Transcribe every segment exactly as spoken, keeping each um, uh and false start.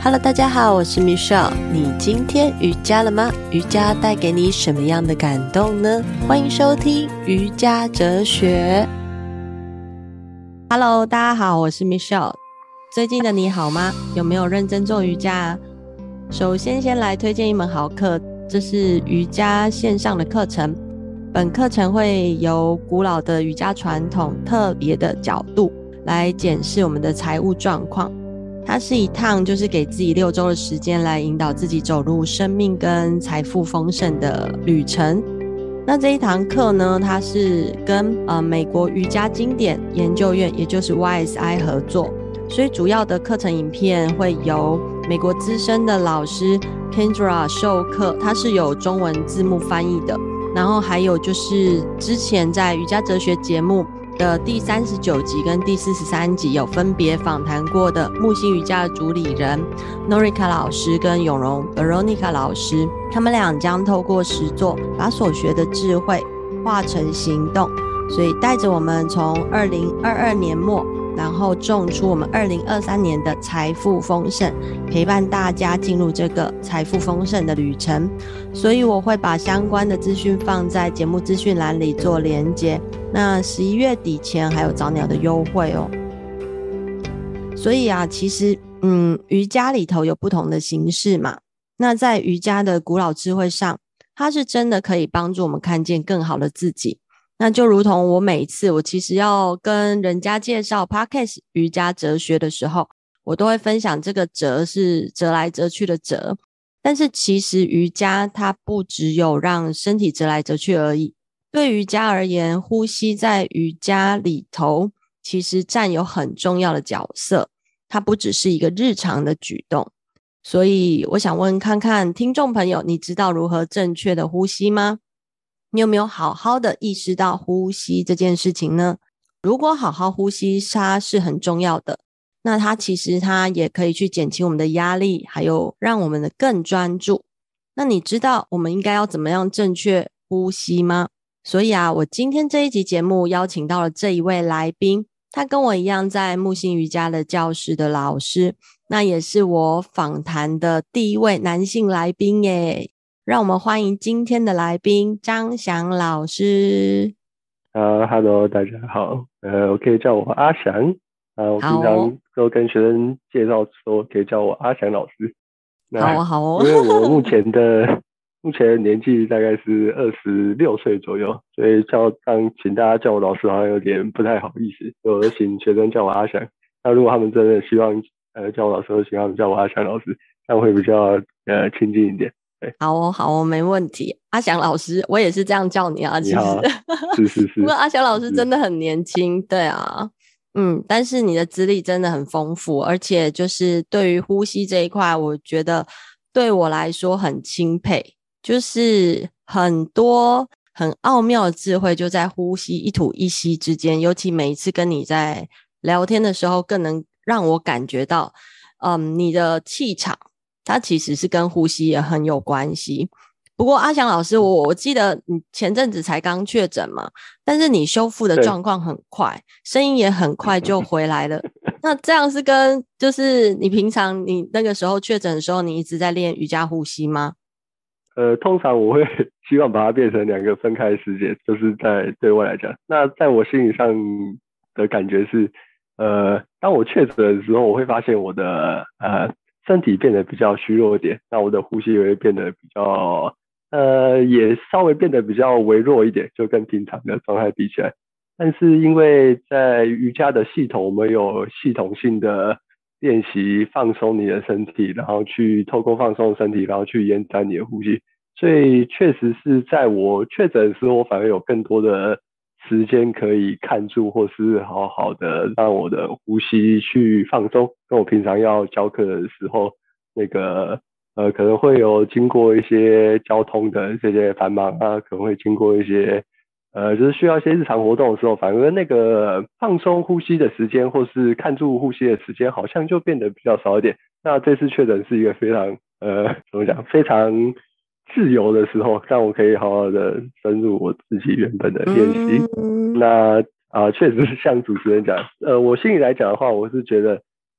Hello， 大家好，我是 Michelle。你今天瑜伽了吗？瑜伽带给你什么样的感动呢？欢迎收听瑜伽哲学。Hello， 大家好，我是 Michelle。最近的你好吗？有没有认真做瑜伽啊？首先，先来推荐一门好课，这是瑜伽线上的课程。本课程会由古老的瑜伽传统特别的角度来检视我们的财务状况。它是一趟就是给自己六周的时间来引导自己走入生命跟财富丰盛的旅程。那这一堂课呢，它是跟呃美国瑜伽经典研究院，也就是 Y S I 合作，所以主要的课程影片会由美国资深的老师 Kendra 授课，它是有中文字幕翻译的。然后还有就是之前在瑜伽哲学节目的第三十九集跟第四十三集有分别访谈过的木星瑜伽的主理人 Norika 老师跟永荣 Veronica 老师，他们俩将透过实作把所学的智慧化成行动，所以带着我们从二零二二年末然后种出我们二零二三年的财富丰盛，陪伴大家进入这个财富丰盛的旅程。所以我会把相关的资讯放在节目资讯栏里做连结。那十一月底前还有早鸟的优惠哦。所以啊，其实嗯，瑜伽里头有不同的形式嘛。那在瑜伽的古老智慧上，它是真的可以帮助我们看见更好的自己。那就如同我每一次我其实要跟人家介绍 Podcast 瑜伽哲学的时候，我都会分享这个折是折来折去的折，但是其实瑜伽它不只有让身体折来折去而已。对瑜伽而言，呼吸在瑜伽里头其实占有很重要的角色，它不只是一个日常的举动。所以我想问看看听众朋友，你知道如何正确的呼吸吗？你有没有好好的意识到呼吸这件事情呢？如果好好呼吸它是很重要的，那它其实它也可以去减轻我们的压力，还有让我们的更专注。那你知道我们应该要怎么样正确呼吸吗？所以啊，我今天这一集节目邀请到了这一位来宾，他跟我一样在木星瑜伽的教室的老师，那也是我访谈的第一位男性来宾耶。让我们欢迎今天的来宾张翔老师。 呃 ，Hello， 大家好，呃，我可以叫我阿翔，呃，我平常都跟学生介绍说可以叫我阿翔老师。 好哦，好哦， 因为我目前的目前的年纪大概是二十六岁左右，所以叫让请大家叫我老师好像有点不太好意思，所以我就请学生叫我阿翔。那如果他们真的希望呃叫我老师，我希望他们叫我阿翔老师，这样会比较呃亲近一点。 好哦，好哦，没问题。阿翔老师，我也是这样叫你啊，其实。 是是是。 不过阿翔老师真的很年轻，对啊，嗯，但是你的资历真的很丰富，而且就是对于呼吸这一块，我觉得对我来说很钦佩，就是很多很奥妙的智慧就在呼吸一吐一吸之间，尤其每一次跟你在聊天的时候，更能让我感觉到，嗯，你的气场。它其实是跟呼吸也很有关系。不过阿翔老师，我我记得你前阵子才刚确诊嘛，但是你修复的状况很快，声音也很快就回来了。那这样是跟就是你平常你那个时候确诊的时候，你一直在练瑜伽呼吸吗？ 呃，通常我会希望把它变成两个分开的世界，就是在对外来讲。那在我心理上的感觉是，呃，当我确诊的时候，我会发现我的呃。身体变得比较虚弱一点，那我的呼吸也会变得比较，呃，也稍微变得比较微弱一点，就跟平常的状态比起来。但是因为在瑜伽的系统，我们有系统性的练习放松你的身体，然后去透过放松身体，然后去延展你的呼吸。所以确实是在我确诊的时候，我反而有更多的时间可以看住，或是好好的让我的呼吸去放松，跟我平常要教课的时候，那个呃可能会有经过一些交通的这些繁忙啊，可能会经过一些呃就是需要一些日常活动的时候，反而那个放松呼吸的时间，或是看住呼吸的时间，好像就变得比较少一点。那这次确诊是一个非常呃怎么讲，非常自由的时候，让我可以好好的深入我自己原本的练习。嗯、那啊，确、呃、实像主持人讲，呃，我心里来讲的话，我是觉得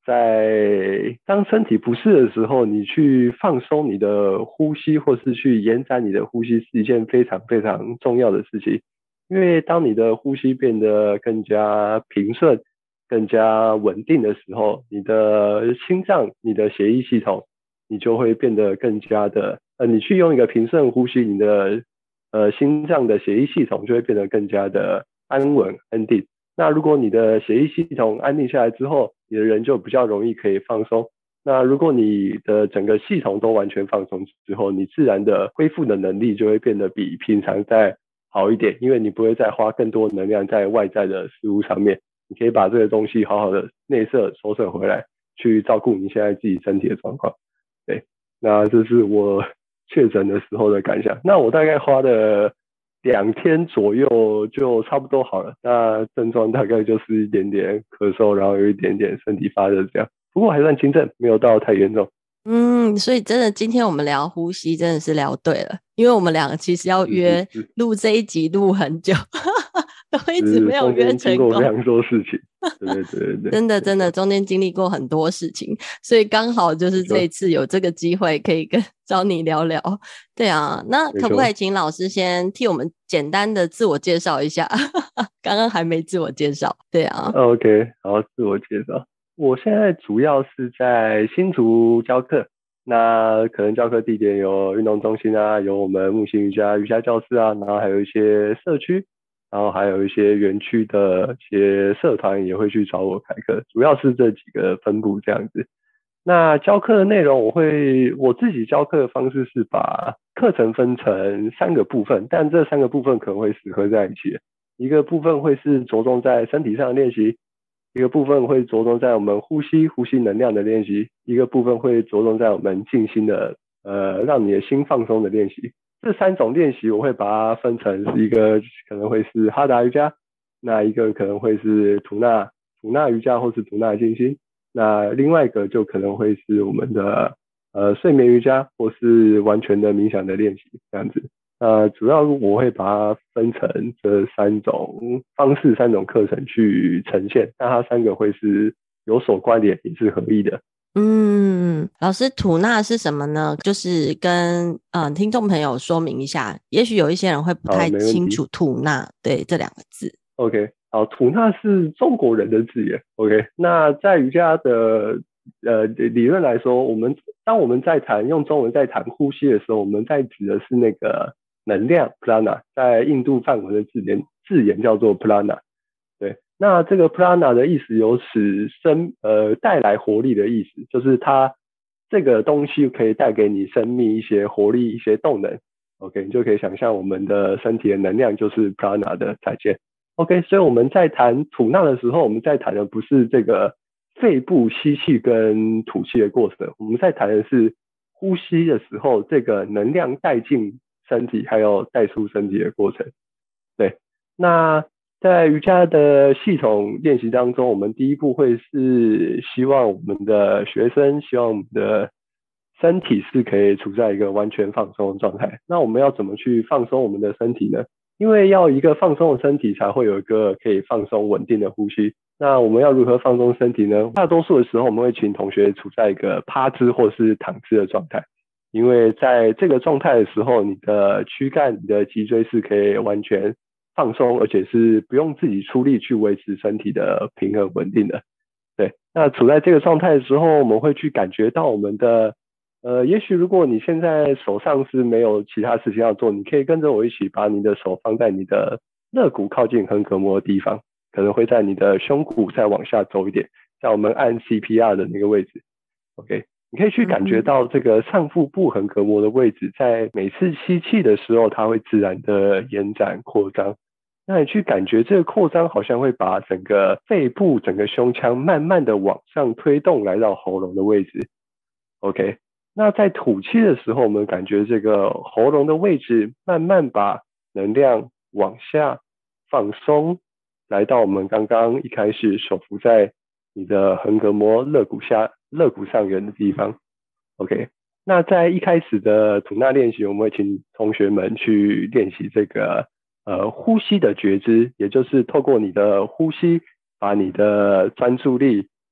在当身体不适的时候，你去放松你的呼吸，或是去延展你的呼吸，是一件非常非常重要的事情。因为当你的呼吸变得更加平顺、更加稳定的时候，你的心脏、你的血液系统，你就会变得更加的，呃，你去用一个平顺呼吸，你的呃心脏的血液系统就会变得更加的安稳、安定。那如果你的血液系统安定下来之后，你的人就比较容易可以放松。那如果你的整个系统都完全放松之后，你自然的恢复的能力就会变得比平常再好一点，因为你不会再花更多能量在外在的事物上面，你可以把这个东西好好的内摄收摄回来，去照顾你现在自己身体的状况。对，那这是我确诊的时候的感想。那我大概花了两天左右就差不多好了，那症状大概就是一点点咳嗽，然后有一点点身体发热这样，不过还算轻症，没有到太严重。 嗯，所以真的今天我们聊呼吸真的是聊对了，因为我们两个其实要约录这一集录很久，都一直没有约成功。 中间经过非常多事情，对对对对对， 真的真的中间经历过很多事情，所以刚好就是这一次有这个机会可以跟找你聊聊。对啊，那可不可以请老师先替我们简单的自我介绍一下？刚刚还没自我介绍。对啊 OK， 好，自我介绍。我现在主要是在新竹教课，那可能教课地点有运动中心啊，有我们木星瑜伽瑜伽教室啊，然后还有一些社区，然后还有一些园区的一些社团也会去找我开课，主要是这几个分布这样子。那教课的内容，我会我自己教课的方式是把课程分成三个部分，但这三个部分可能会死合在一起。一个部分会是着重在身体上的练习，一个部分会着重在我们呼吸呼吸能量的练习，一个部分会着重在我们静心的呃让你的心放松的练习。这三种练习我会把它分成是一个可能会是哈达瑜伽，那一个可能会是吐纳吐纳瑜伽或是吐纳静心，那另外一个就可能会是我们的呃睡眠瑜伽或是完全的冥想的练习这样子。呃，主要我会把它分成这三种方式、三种课程去呈现，那它三个会是有所关联，也是合一的。 嗯，老师，吐纳是什么呢？就是跟嗯、呃、听众朋友说明一下，也许有一些人会不太清楚吐纳对这两个字。 OK， 好，吐纳是中国人的字眼。OK， 那在瑜伽的呃理论来说，我们当我们在谈用中文在谈呼吸的时候，我们在指的是那个能量 prana， 在印度梵文的字典字眼叫做 prana。对，那这个 prana 的意思有使生呃带来活力的意思，就是它这个东西可以带给你生命一些活力、一些动能。OK， 你就可以想象我们的身体的能量就是 prana 的载件。OK， 所以我们在谈吐纳的时候，我们在谈的不是这个肺部吸气跟吐气的过程，我们在谈的是呼吸的时候这个能量带进身体还有带出身体的过程。对，那在瑜伽的系统练习当中，我们第一步会是希望我们的学生，希望我们的身体是可以处在一个完全放松的状态。那我们要怎么去放松我们的身体呢？因为要一个放松的身体才会有一个可以放松稳定的呼吸。那我们要如何放松身体呢？大多数的时候我们会请同学处在一个趴姿或是躺姿的状态，因为在这个状态的时候，你的躯干、你的脊椎是可以完全放松，而且是不用自己出力去维持身体的平衡稳定的。对，那处在这个状态的时候，我们会去感觉到我们的呃，也许如果你现在手上是没有其他事情要做，你可以跟着我一起把你的手放在你的肋骨靠近横膈膜的地方，可能会在你的胸骨再往下走一点，像我们按 C P R 的那个位置。OK， 你可以去感觉到这个上腹部横膈膜的位置，在每次吸气的时候，它会自然的延展扩张。那你去感觉这个扩张好像会把整个肺部、整个胸腔慢慢的往上推动，来到喉咙的位置。OK。那在吐气的时候，我们感觉这个喉咙的位置慢慢把能量往下放松，来到我们刚刚一开始手扶在你的横膈膜肋骨下、肋骨上缘的地方。OK， 那在一开始的吐纳练习，我们会请同学们去练习这个呃呼吸的觉知，也就是透过你的呼吸，把你的专注力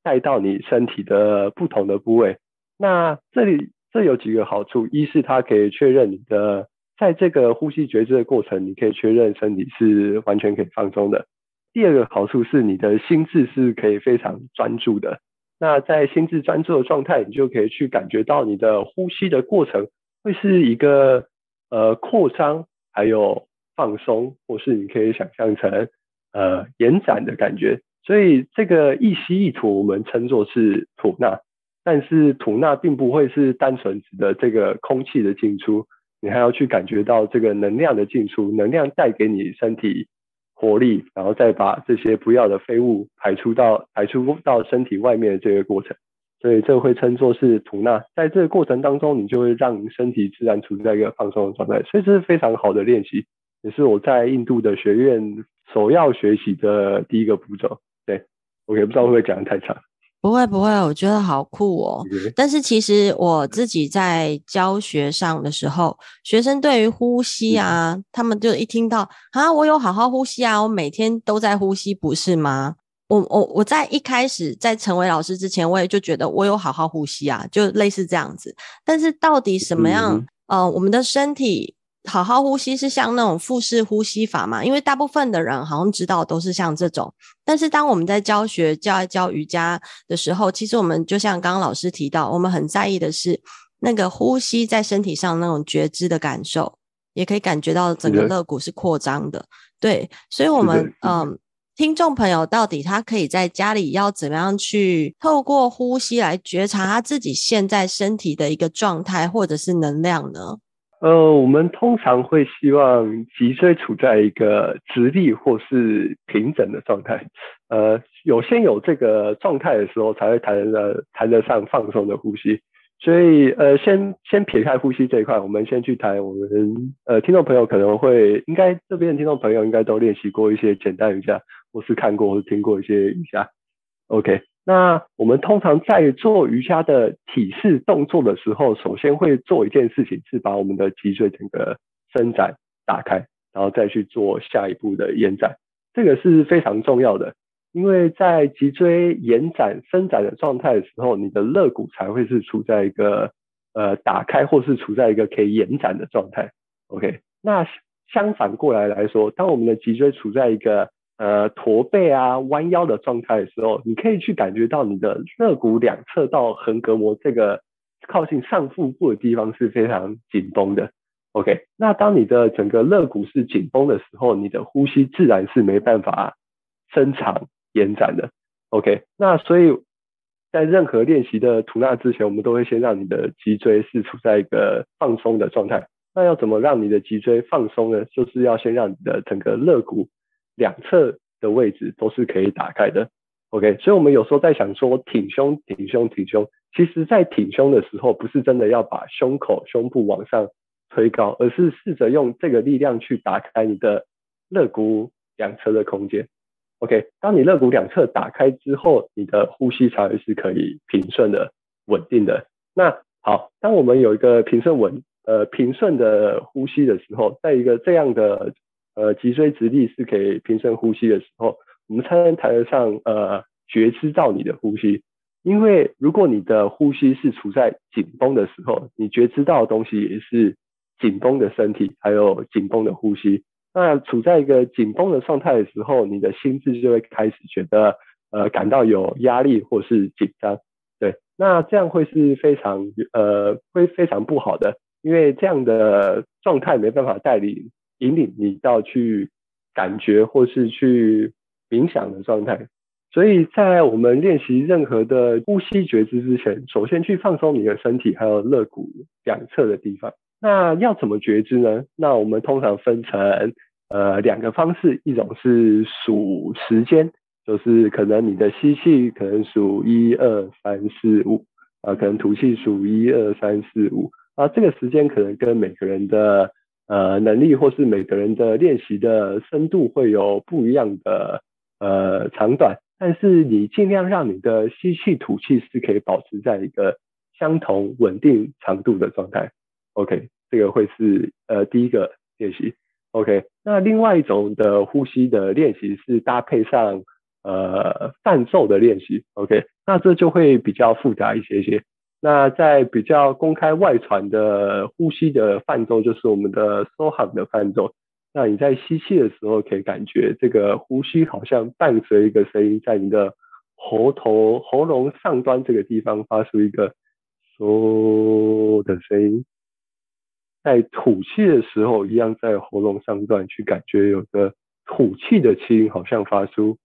带到你身体的不同的部位。那这里这有几个好处，一是它可以确认你的在这个呼吸觉知的过程，你可以确认身体是完全可以放松的。第二个好处是你的心智是可以非常专注的。那在心智专注的状态，你就可以去感觉到你的呼吸的过程会是一个呃扩张，还有放松，或是你可以想象成呃延展的感觉。所以这个一吸一吐我们称作是吐纳，但是吐纳并不会是单纯指的这个空气的进出，你还要去感觉到这个能量的进出，能量带给你身体活力，然后再把这些不要的废物排出到排出到身体外面的这个过程。所以这会称作是吐纳。在这个过程当中，你就会让身体自然处在一个放松的状态，所以这是非常好的练习，也是我在印度的学院首要学习的第一个步骤。对，我也不知道会不会讲得太长。 不会不会，我觉得好酷哦。 Okay. 但是其实我自己在教学上的时候，学生对于呼吸啊，嗯、他们就一听到啊，我有好好呼吸啊，我每天都在呼吸，不是吗？我我我在一开始在成为老师之前，我也就觉得我有好好呼吸啊，就类似这样子。但是到底什么样？嗯、呃，我们的身体好好呼吸是像那种腹式呼吸法嘛？因为大部分的人好像知道都是像这种。但是当我们在教学教教瑜伽的时候，其实我们就像刚刚老师提到，我们很在意的是那个呼吸在身体上那种觉知的感受，也可以感觉到整个肋骨是扩张的。对，所以我们嗯。听众朋友到底他可以在家里要怎么样去透过呼吸来觉察他自己现在身体的一个状态或者是能量呢？ 呃，我们通常会希望脊椎处在一个直立或是平整的状态。呃，有先有这个状态的时候，才会谈得谈得上放松的呼吸。所以呃，先先撇开呼吸这一块，我们先去谈我们呃听众朋友可能会应该这边的听众朋友应该都练习过一些简单瑜伽，或是看过或是听过一些瑜伽。OK。那我们通常在做瑜伽的体式动作的时候，首先会做一件事情，是把我们的脊椎整个伸展打开，然后再去做下一步的延展。这个是非常重要的，因为在脊椎延展伸展的状态的时候，你的肋骨才会是处在一个呃打开或是处在一个可以延展的状态。OK， 那相反过来来说，当我们的脊椎处在一个呃，驼背啊、弯腰的状态的时候，你可以去感觉到你的肋骨两侧到横膈膜这个靠近上腹部的地方是非常紧绷的。OK， 那当你的整个肋骨是紧绷的时候，你的呼吸自然是没办法伸长延展的。OK， 那所以在任何练习的吐纳之前，我们都会先让你的脊椎是处在一个放松的状态。那要怎么让你的脊椎放松呢？就是要先让你的整个肋骨两侧的位置都是可以打开的。 OK， 所以我们有时候在想说挺胸挺胸挺胸，其实在挺胸的时候不是真的要把胸口胸部往上推高，而是试着用这个力量去打开你的肋骨两侧的空间。 OK， 当你肋骨两侧打开之后，你的呼吸才会是可以平顺的稳定的。那好，当我们有一个平顺稳呃平顺的呼吸的时候，在一个这样的呃，脊椎直立是可以平顺呼吸的时候，我们才能谈得上呃觉知到你的呼吸。因为如果你的呼吸是处在紧绷的时候，你觉知到的东西也是紧绷的身体，还有紧绷的呼吸。那处在一个紧绷的状态的时候，你的心智就会开始觉得呃感到有压力或是紧张。对，那这样会是非常呃会非常不好的，因为这样的状态没办法带领引领你到去感觉或是去冥想的状态。所以在我们练习任何的呼吸觉知之前，首先去放松你的身体还有肋骨两侧的地方。那要怎么觉知呢？那我们通常分成呃两个方式，一种是数时间，就是可能你的吸气可能数一二三四五啊，可能吐气数一二三四五啊，这个时间可能跟每个人的呃能力或是每个人的练习的深度会有不一样的呃长短，但是你尽量让你的吸气吐气是可以保持在一个相同稳定长度的状态。 OK， 这个会是呃第一个练习。 OK， 那另外一种的呼吸的练习是搭配上呃伴奏的练习 ，OK， 那这就会比较复杂一些些。那在比较公开外传的呼吸的泛奏，就是我们的 SOHAM 的泛奏。那你在吸气的时候，可以感觉这个呼吸好像伴随一个声音，在你的喉头、喉咙上端这个地方发出一个嗦的声音。在吐气的时候，一样在喉咙上段去感觉有个吐气的气音，好像发出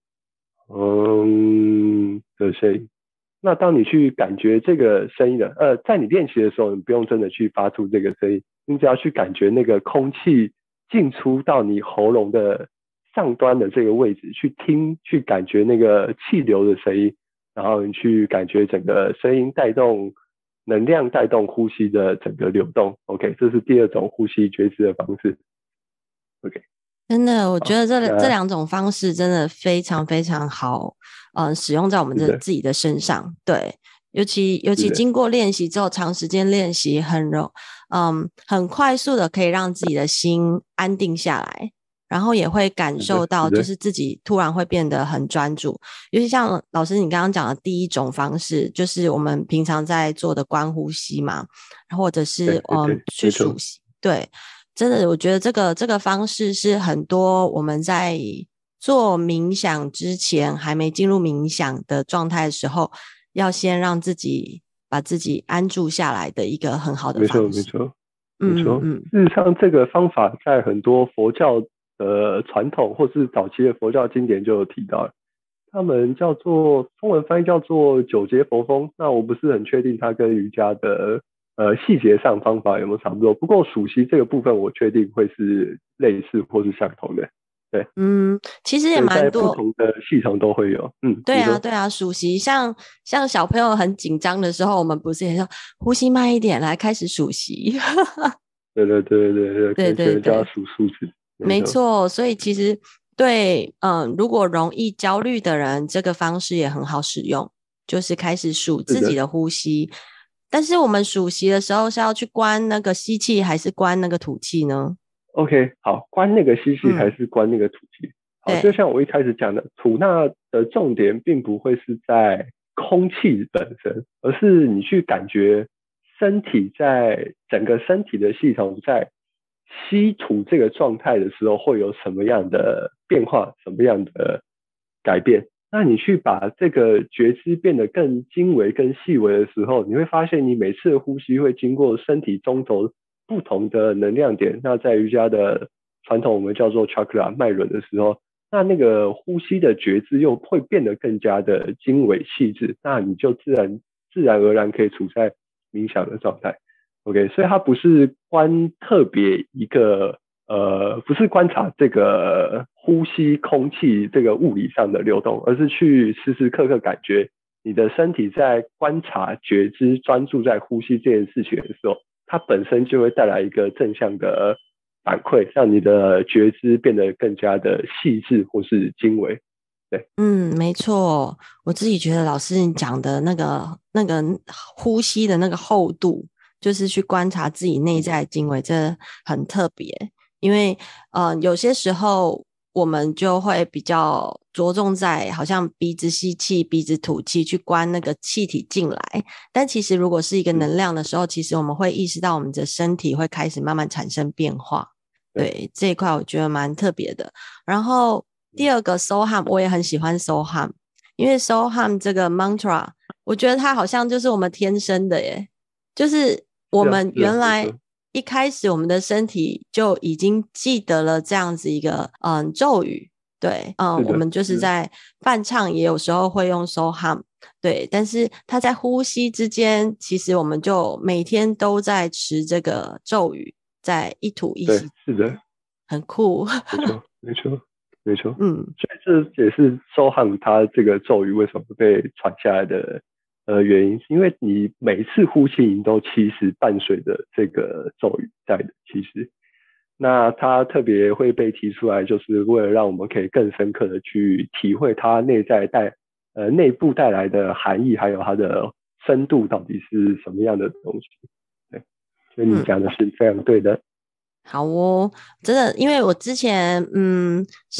嗯的声音。那当你去感觉这个声音的，呃，在你练习的时候，你不用真的去发出这个声音，你只要去感觉那个空气进出到你喉咙的上端的这个位置，去听，去感觉那个气流的声音，然后你去感觉整个声音带动能量，带动呼吸的整个流动。OK， 这是第二种呼吸觉知的方式。OK。 真的，我觉得这那这两种方式真的非常非常好，嗯，使用在我们的自己的身上。对，尤其尤其经过练习之后，长时间练习很容，嗯，很快速的可以让自己的心安定下来，然后也会感受到就是自己突然会变得很专注。尤其像老师你刚刚讲的第一种方式，就是我们平常在做的观呼吸嘛，或者是嗯去数息，对。真的，我觉得这个这个方式是很多我们在做冥想之前，还没进入冥想的状态的时候，要先让自己把自己安住下来的一个很好的方式。 没错，没错，没错。嗯嗯事实上，这个方法在很多佛教的传统或是早期的佛教经典就有提到了，他们叫做中文翻译叫做九节佛风。那我不是很确定它跟瑜伽的呃，细节上方法有没有差不多？不过数息这个部分，我确定会是类似或是相同的。对， 嗯，其实也蛮多不同的系统都会有。嗯， 对啊，对啊，数息像像小朋友很紧张的时候，我们不是也说呼吸慢一点，来开始数息。 对对对对对对对对， 就要数数字。 没错，所以其实对，嗯，如果容易焦虑的人，这个方式也很好使用，就是开始数自己的呼吸。但是我们数息的时候是要去关那个吸气还是关那个吐气呢 ？OK， 好，关那个吸气还是关那个吐气？嗯、好，就像我一开始讲的，吐纳的重点并不会是在空气本身，而是你去感觉身体在整个身体的系统在吸吐这个状态的时候会有什么样的变化，什么样的改变。那你去把这个觉知变得更精微、更细微的时候，你会发现你每次的呼吸会经过身体中轴不同的能量点。那在瑜伽的传统，我们叫做 chakra 脉轮的时候，那那个呼吸的觉知又会变得更加的精微细致。那你就自然自然而然可以处在冥想的状态。OK， 所以它不是观特别一个。呃，不是观察这个呼吸空气这个物理上的流动，而是去时时刻刻感觉你的身体在观察、觉知、专注在呼吸这件事情的时候，它本身就会带来一个正向的反馈，让你的觉知变得更加的细致或是精微。对， 嗯，没错，我自己觉得老师你讲的那个那个呼吸的那个厚度，就是去观察自己内在精微，这很特别。因为呃，有些时候我们就会比较着重在好像鼻子吸气、鼻子吐气去关那个气体进来，但其实如果是一个能量的时候，其实我们会意识到我们的身体会开始慢慢产生变化。对，这一块我觉得蛮特别的。然后第二个 SOHAM 我也很喜欢 SOHAM， 因为 SOHAM 这个 mantra 我觉得它好像就是我们天生的耶，就是我们原来一开始我们的身体就已经记得了这样子一个嗯咒语，对，嗯，我们就是在伴唱也有时候会用 SOHAM， 对，但是它在呼吸之间，其实我们就每天都在持这个咒语，在一吐一吸， 是的， 很酷， 没错，没错，没错，嗯，所以这也是SOHAM它这个咒语为什么被传下来的。呃，原因是因为你每次呼气，你都其实伴随着这个咒语在的。其实，那它特别会被提出来，就是为了让我们可以更深刻的去体会它内在带呃内部带来的含义，还有它的深度到底是什么样的东西。对，所以你讲的是非常对的。 嗯、好哦，真的，因为我之前嗯上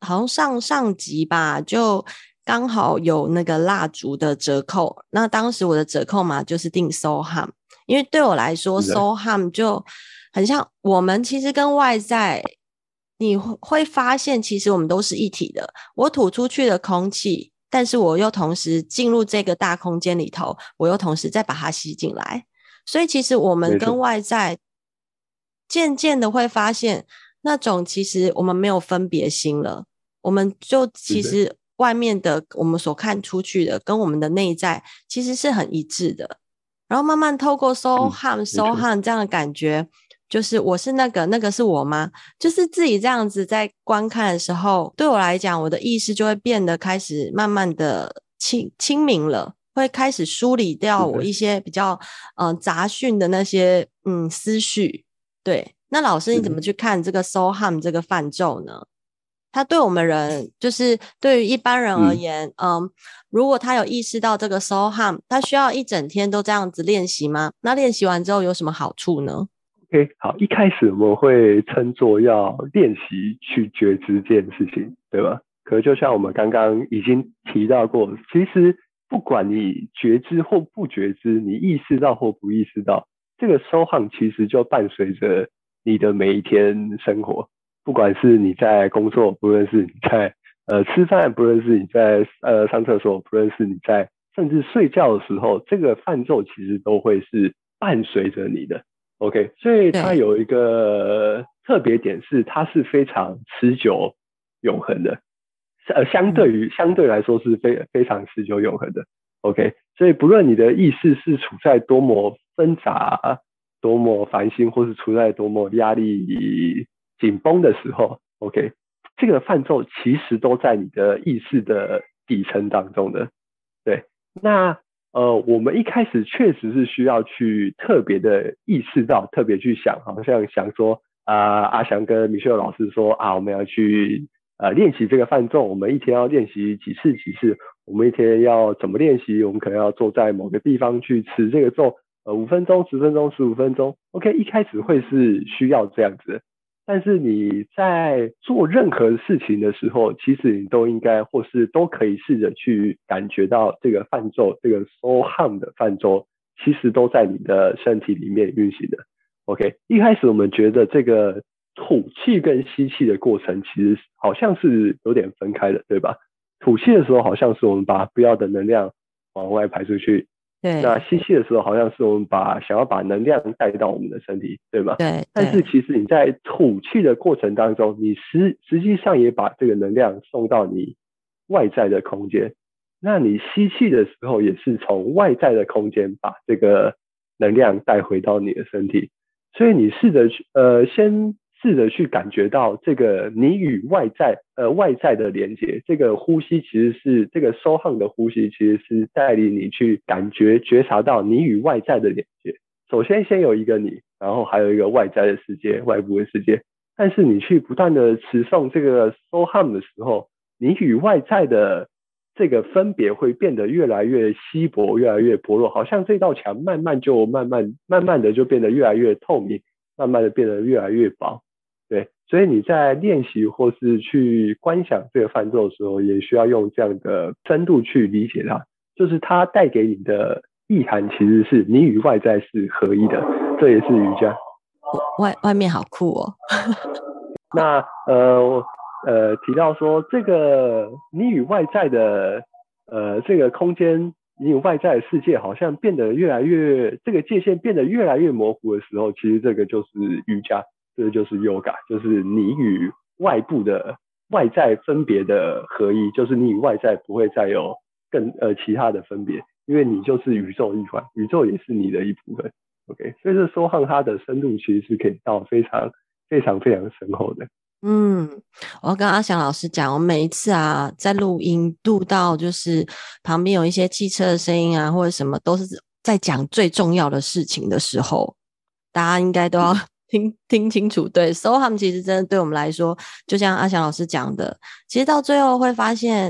好像上上集吧，就刚好有那个蜡烛的折扣，那当时我的折扣嘛就是订 SoHum， 因为对我来说 SoHum 就很像我们其实跟外在你会发现其实我们都是一体的，我吐出去的空气，但是我又同时进入这个大空间里头，我又同时再把它吸进来，所以其实我们跟外在渐渐的会发现那种其实我们没有分别心了，我们就其实外面的我们所看出去的跟我们的内在其实是很一致的，然后慢慢透过 SoHum、嗯、SoHum 这样的感觉，就是我是那个那个是我吗，就是自己这样子在观看的时候，对我来讲我的意识就会变得开始慢慢的清清明了，会开始梳理掉我一些比较嗯、呃、杂讯的那些嗯思绪。对，那老师你怎么去看这个 SoHum 这个范畴呢？他对我们人就是对于一般人而言 嗯, 嗯，如果他有意识到这个 SoHum 他需要一整天都这样子练习吗？那练习完之后有什么好处呢？ OK， 好，一开始我们会称作要练习去觉知这件事情，对吧？可是就像我们刚刚已经提到过，其实不管你觉知或不觉知，你意识到或不意识到，这个 SoHum 其实就伴随着你的每一天生活，不管是你在工作，不论是你在呃吃饭，不论是你在呃上厕所，不论是你在甚至睡觉的时候，这个范畴其实都会是伴随着你的。OK， 所以它有一个特别点是，它是非常持久永恒的，呃，相对于相对来说是非非常持久永恒的。OK， 所以不论你的意识是处在多么纷杂、多么烦心，或是处在多么压力紧绷的时候 ，OK， 这个范畴其实都在你的意识的底层当中的。对，那。呃，我们一开始确实是需要去特别的意识到，特别去想，好像想说啊、呃，阿翔跟米秀老师说啊，我们要去呃练习这个范畴，我们一天要练习几次几次，我们一天要怎么练习，我们可能要坐在某个地方去持这个咒，呃，五分钟、十分钟、十五分钟 ，OK， 一开始会是需要这样子。但是你在做任何事情的时候，其实你都应该或是都可以试着去感觉到这个范畴，这个 SoHum 的范畴其实都在你的身体里面运行的。OK， 一开始我们觉得这个吐气跟吸气的过程其实好像是有点分开的，对吧？吐气的时候好像是我们把不要的能量往外排出去， 对， 那吸气的时候好像是我们把想要把能量带到我们的身体，对吧？ 对， 但是其实你在吐气的过程当中，你实实际上也把这个能量送到你外在的空间。那你吸气的时候也是从外在的空间把这个能量带回到你的身体。所以你试着去呃先试着去感觉到这个你与外在呃外在的连接，这个呼吸其实是这个SoHum的呼吸，其实是带领你去感觉觉察到你与外在的连接。首先先有一个你，然后还有一个外在的世界，外部的世界。但是你去不断的持诵这个 SoHum 的时候，你与外在的这个分别会变得越来越稀薄，越来越薄弱，好像这道墙慢慢就慢慢慢慢的就变得越来越透明，慢慢的变得越来越薄。对，所以你在练习或是去观想这个范畴的时候，也需要用这样的深度去理解它，就是它带给你的意涵其实是你与外在是合一的，这也是瑜伽。 外外面好酷哦。 那呃呃提到说这个你与外在的呃这个空间，你与外在的世界好像变得越来越，这个界限变得越来越模糊的时候，其实这个就是瑜伽。这个就是 yoga， 就是你与外部的外在分别的合一，就是你与外在不会再有更呃其他的分别，因为你就是宇宙一环，宇宙也是你的一部分。OK， 所以这SoHum它的深度其实是可以到非常非常非常深厚的。 嗯，我要跟阿翔老师讲，我每一次啊在录音录到就是旁边有一些汽车的声音啊，或者什么都是在讲最重要的事情的时候，大家应该都要听听清楚。对 SoHum 其实真的对我们来说，就像阿翔老师讲的，其实到最后会发现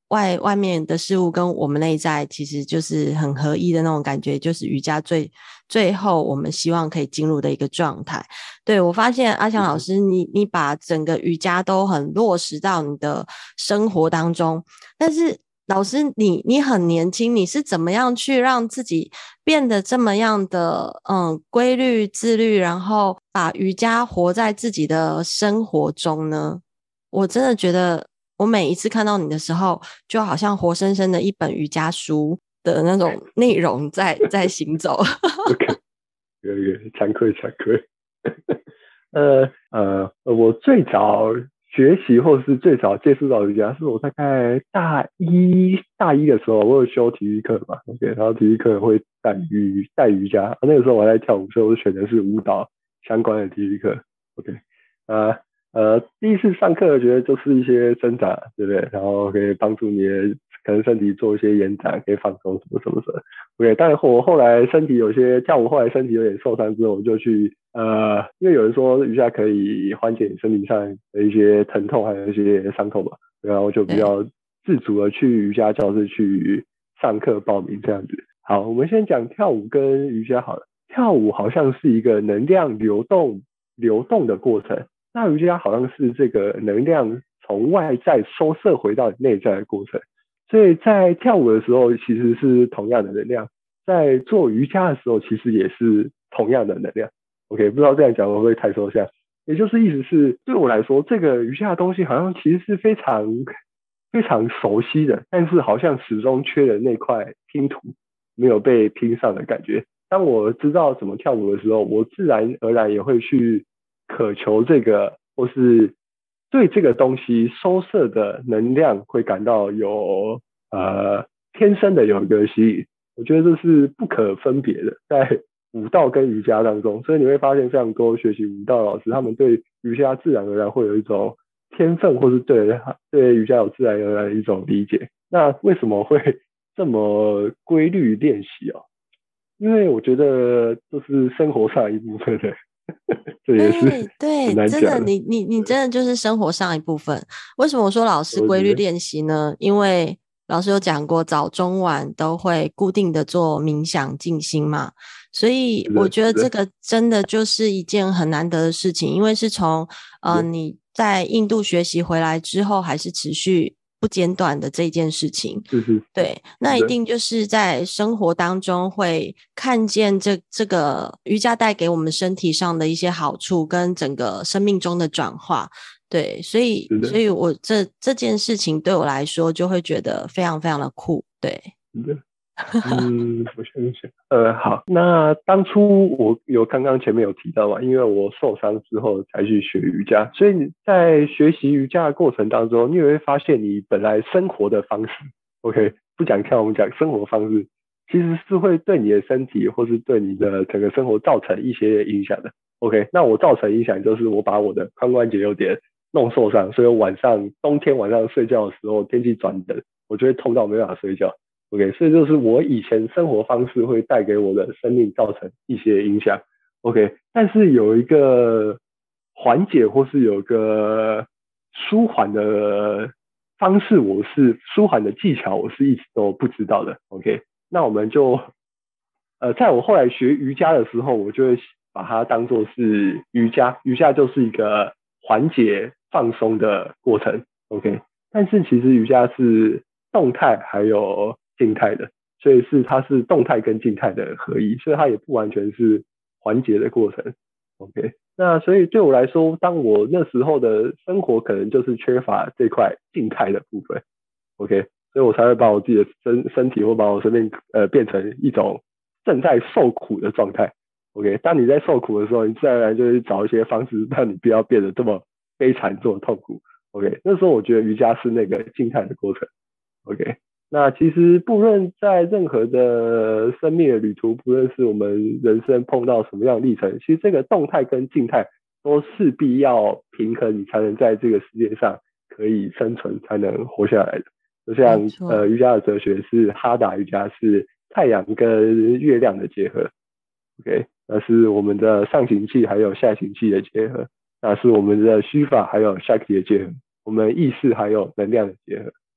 外外面的事物跟我们内在其实就是很合一的那种感觉，就是瑜伽最最后我们希望可以进入的一个状态。对，我发现阿翔老师你你把整个瑜伽都很落实到你的生活当中，但是老师你你很年轻，你是怎么样去让自己变得这么样的嗯规律自律，然后把瑜伽活在自己的生活中呢？我真的觉得我每一次看到你的时候，就好像活生生的一本瑜伽书的那种内容在在行走。 OK， 有有惭愧惭愧。呃呃，我最早学习或是最早接触到瑜伽，是我大概大一大一的时候，我有修体育课嘛 ，OK， 然后体育课会带瑜带瑜伽，啊，那个时候我还在跳舞，所以我选的是舞蹈相关的体育课 ，OK， 呃呃，第一次上课觉得就是一些伸展，对不对？然后可以帮助你的可能身体做一些延展，可以放松什么什么什么。OK， 但是我后来身体有些跳舞，后来身体有点受伤之后，我就去呃，因为有人说瑜伽可以缓解你身体上的一些疼痛，还有一些伤痛嘛，然后我就比较自主的去瑜伽教室去上课报名这样子。好，我们先讲跳舞跟瑜伽好了。跳舞好像是一个能量流动流动的过程，那瑜伽好像是这个能量从外在收摄回到你内在的过程。所以在跳舞的时候其实是同样的能量，在做瑜伽的时候其实也是同样的能量。OK， 不知道这样讲会不会太抽象？也就是意思是对我来说，这个瑜伽的东西好像其实是非常非常熟悉的，但是好像始终缺了那块拼图，没有被拼上的感觉。当我知道怎么跳舞的时候，我自然而然也会去渴求这个，或是对这个东西收摄的能量会感到有呃天生的有一个吸引。我觉得这是不可分别的，在舞蹈跟瑜伽当中，所以你会发现非常多学习舞蹈的老师，他们对瑜伽自然而然会有一种天分，或是对对瑜伽有自然而然的一种理解。那为什么会这么规律练习哦？因为我觉得这是生活上一部分的，这也是对对， 很难真的， 讲的。 你你你真的就是生活上一部分。为什么我说老师规律练习呢？因为老师有讲过，早中晚都会固定的做冥想静心嘛，所以我觉得这个真的就是一件很难得的事情，因为是从呃你在印度学习回来之后，还是持续不间断的这件事情。 是是， 对，那一定就是在生活当中会看见这这个瑜伽带给我们身体上的一些好处，跟整个生命中的转化。对，所以所以我这这件事情对我来说就会觉得非常非常的酷。对， 嗯，我想想，呃，好，那当初我有刚刚前面有提到嘛，因为我受伤之后才去学瑜伽，所以你在学习瑜伽的过程当中，你也会发现你本来生活的方式 ，OK， 不讲跳，我们讲生活方式，其实是会对你的身体或是对你的整个生活造成一些影响的。OK， 那我造成影响就是我把我的髋关节有点弄受伤，所以晚上冬天晚上睡觉的时候天气转冷，我就会痛到没办法睡觉。OK， 所以就是我以前生活方式会带给我的生命造成一些影响。OK， 但是有一个缓解或是有一个舒缓的方式，我是舒缓的技巧，我是一直都不知道的。OK， 那我们就呃，在我后来学瑜伽的时候，我就会把它当作是瑜伽，瑜伽就是一个缓解放松的过程。OK， 但是其实瑜伽是动态还有静态的，所以是它是动态跟静态的合一，所以它也不完全是缓解的过程。OK， 那所以对我来说，当我那时候的生活可能就是缺乏这块静态的部分。OK， 所以我才会把我自己的身身体或把我生命呃变成一种正在受苦的状态。OK， 当你在受苦的时候，你自然而然就会找一些方式让你不要变得这么悲惨、这么痛苦。OK， 那时候我觉得瑜伽是那个静态的过程。OK， 那其实不论在任何的生命的旅途，不论是我们人生碰到什么样的历程，其实这个动态跟静态都势必要平衡，你才能在这个世界上可以生存，才能活下来的。就像呃瑜伽的哲学是哈达瑜伽，是太阳跟月亮的结合。OK， 那是我们的上行气还有下行气的结合，那是我们的虚法还有 Shakti 的结合，我们意识还有能量的结合。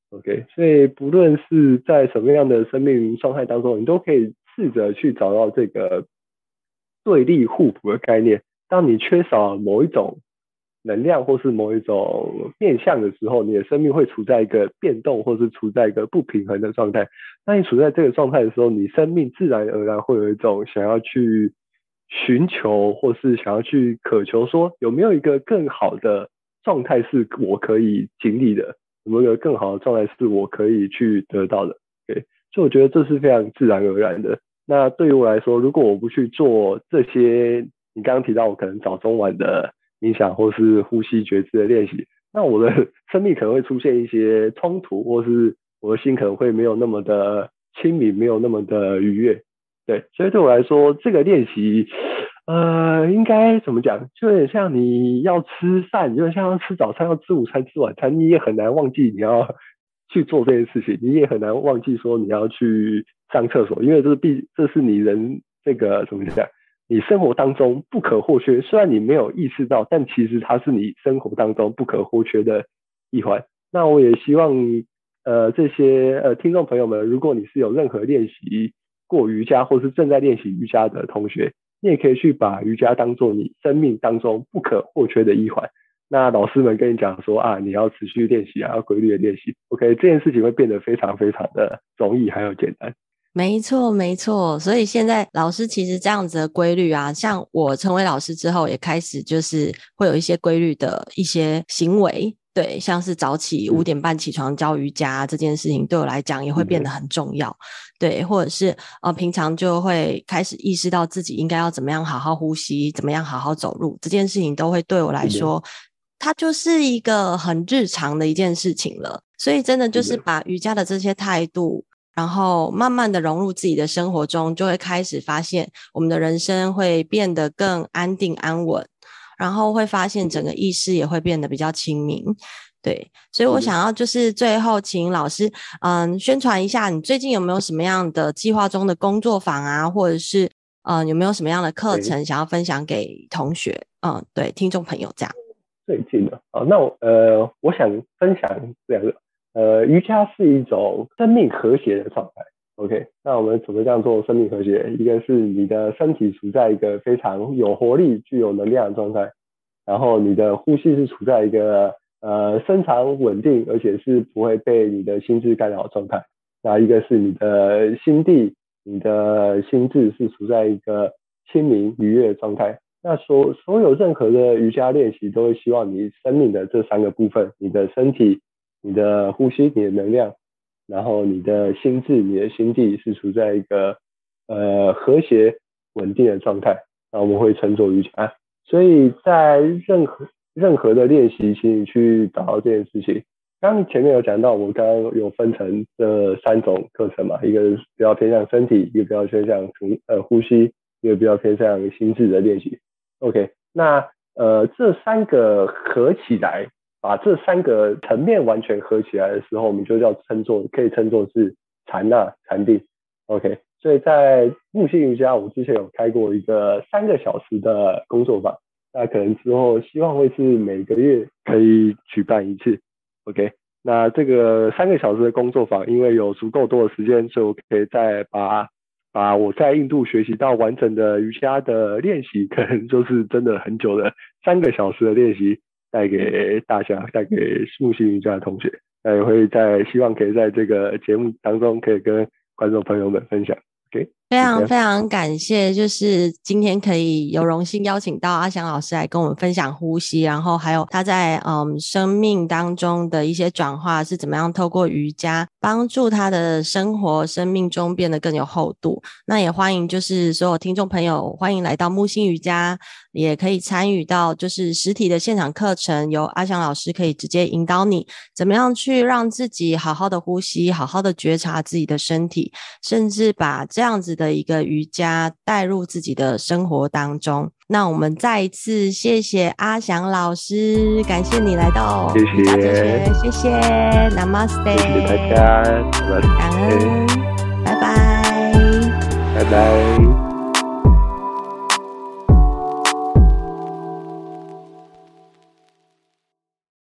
OK， 所以不论是在什么样的生命状态当中，你都可以试着去找到这个对立互补的概念。当你缺少某一种能量或是某一种面向的时候，你的生命会处在一个变动或是处在一个不平衡的状态。当你处在这个状态的时候，你生命自然而然会有一种想要去寻求或是想要去渴求说有没有一个更好的状态是我可以经历的，有没有一个更好的状态是我可以去得到的。对，所以我觉得这是非常自然而然的。那对于我来说，如果我不去做这些你刚刚提到我可能早中晚的冥想或是呼吸觉知的练习，那我的生命可能会出现一些冲突，或是我的心可能会没有那么的清明，没有那么的愉悦。对，所以对我来说，这个练习，呃，应该怎么讲？就有点像你要吃饭，有点像要吃早餐、要吃午餐、吃晚餐，你也很难忘记你要去做这件事情，你也很难忘记说你要去上厕所，因为这是必，这是你人这个怎么讲？你生活当中不可或缺，虽然你没有意识到，但其实它是你生活当中不可或缺的一环。那我也希望，呃，这些呃听众朋友们，如果你是有任何练习过瑜伽或是正在练习瑜伽的同学，你也可以去把瑜伽当做你生命当中不可或缺的一环。那老师们跟你讲说啊，你要持续练习啊，要规律的练习 ，OK， 这件事情会变得非常非常的容易还有简单。 没错没错，所以现在老师其实这样子的规律啊，像我成为老师之后也开始就是会有一些规律的一些行为，对，像是早起五点半起床教瑜伽这件事情对我来讲也会变得很重要，对，或者是呃平常就会开始意识到自己应该要怎么样好好呼吸，怎么样好好走路，这件事情都会对我来说它就是一个很日常的一件事情了。所以真的就是把瑜伽的这些态度然后慢慢的融入自己的生活中，就会开始发现我们的人生会变得更安定安稳，然后会发现整个意识也会变得比较清明。对，所以我想要就是最后请老师嗯宣传一下你最近有没有什么样的计划中的工作坊啊，或者是嗯有没有什么样的课程想要分享给同学嗯对听众朋友这样。 最近的好，那我呃我想分享两个。呃，瑜伽是一种生命和谐的状态。OK， 那我们怎么这样做生命和谐？一个是你的身体处在一个非常有活力、具有能量的状态，然后你的呼吸是处在一个呃深长稳定，而且是不会被你的心智干扰的状态。那一个是你的心地、你的心智是处在一个清明愉悦的状态。那所所有任何的瑜伽练习都会希望你生命的这三个部分，你的身体、你的呼吸、你的能量，然后你的心智、你的心地是处在一个呃和谐稳定的状态，那我们会称作瑜伽。所以在任何任何的练习，请你去找到这件事情。刚刚前面有讲到，我们刚刚有分成这三种课程嘛，一个比较偏向身体，一个比较偏向呃呼吸，一个比较偏向心智的练习。OK， 那呃这三个合起来。把这三个层面完全合起来的时候，我们就叫称作，可以称作是禅那禅定。OK， 所以在木星瑜伽，我之前有开过一个三个小时的工作坊，那可能之后希望会是每个月可以举办一次。OK， 那这个三个小时的工作坊，因为有足够多的时间，所以我可以再把把我在印度学习到完整的瑜伽的练习，可能就是真的很久的三个小时的练习。带给大家，带给木星瑜伽的同学，那也会在希望可以在这个节目当中可以跟观众朋友们分享。OK， 非常非常感谢，就是今天可以有荣幸邀请到阿翔老师来跟我们分享呼吸，然后还有他在嗯生命当中的一些转化是怎么样透过瑜伽帮助他的生活生命中变得更有厚度。那也欢迎就是所有听众朋友欢迎来到木星瑜伽，也可以参与到就是实体的现场课程，由阿翔老师可以直接引导你怎么样去让自己好好的呼吸，好好的觉察自己的身体，甚至把这样子的一个瑜伽带入自己的生活当中。那我们再一次谢谢阿翔老师，感谢你来到瑜伽哲学，谢谢 Namaste， 谢谢大家， 感恩，拜拜， 拜拜。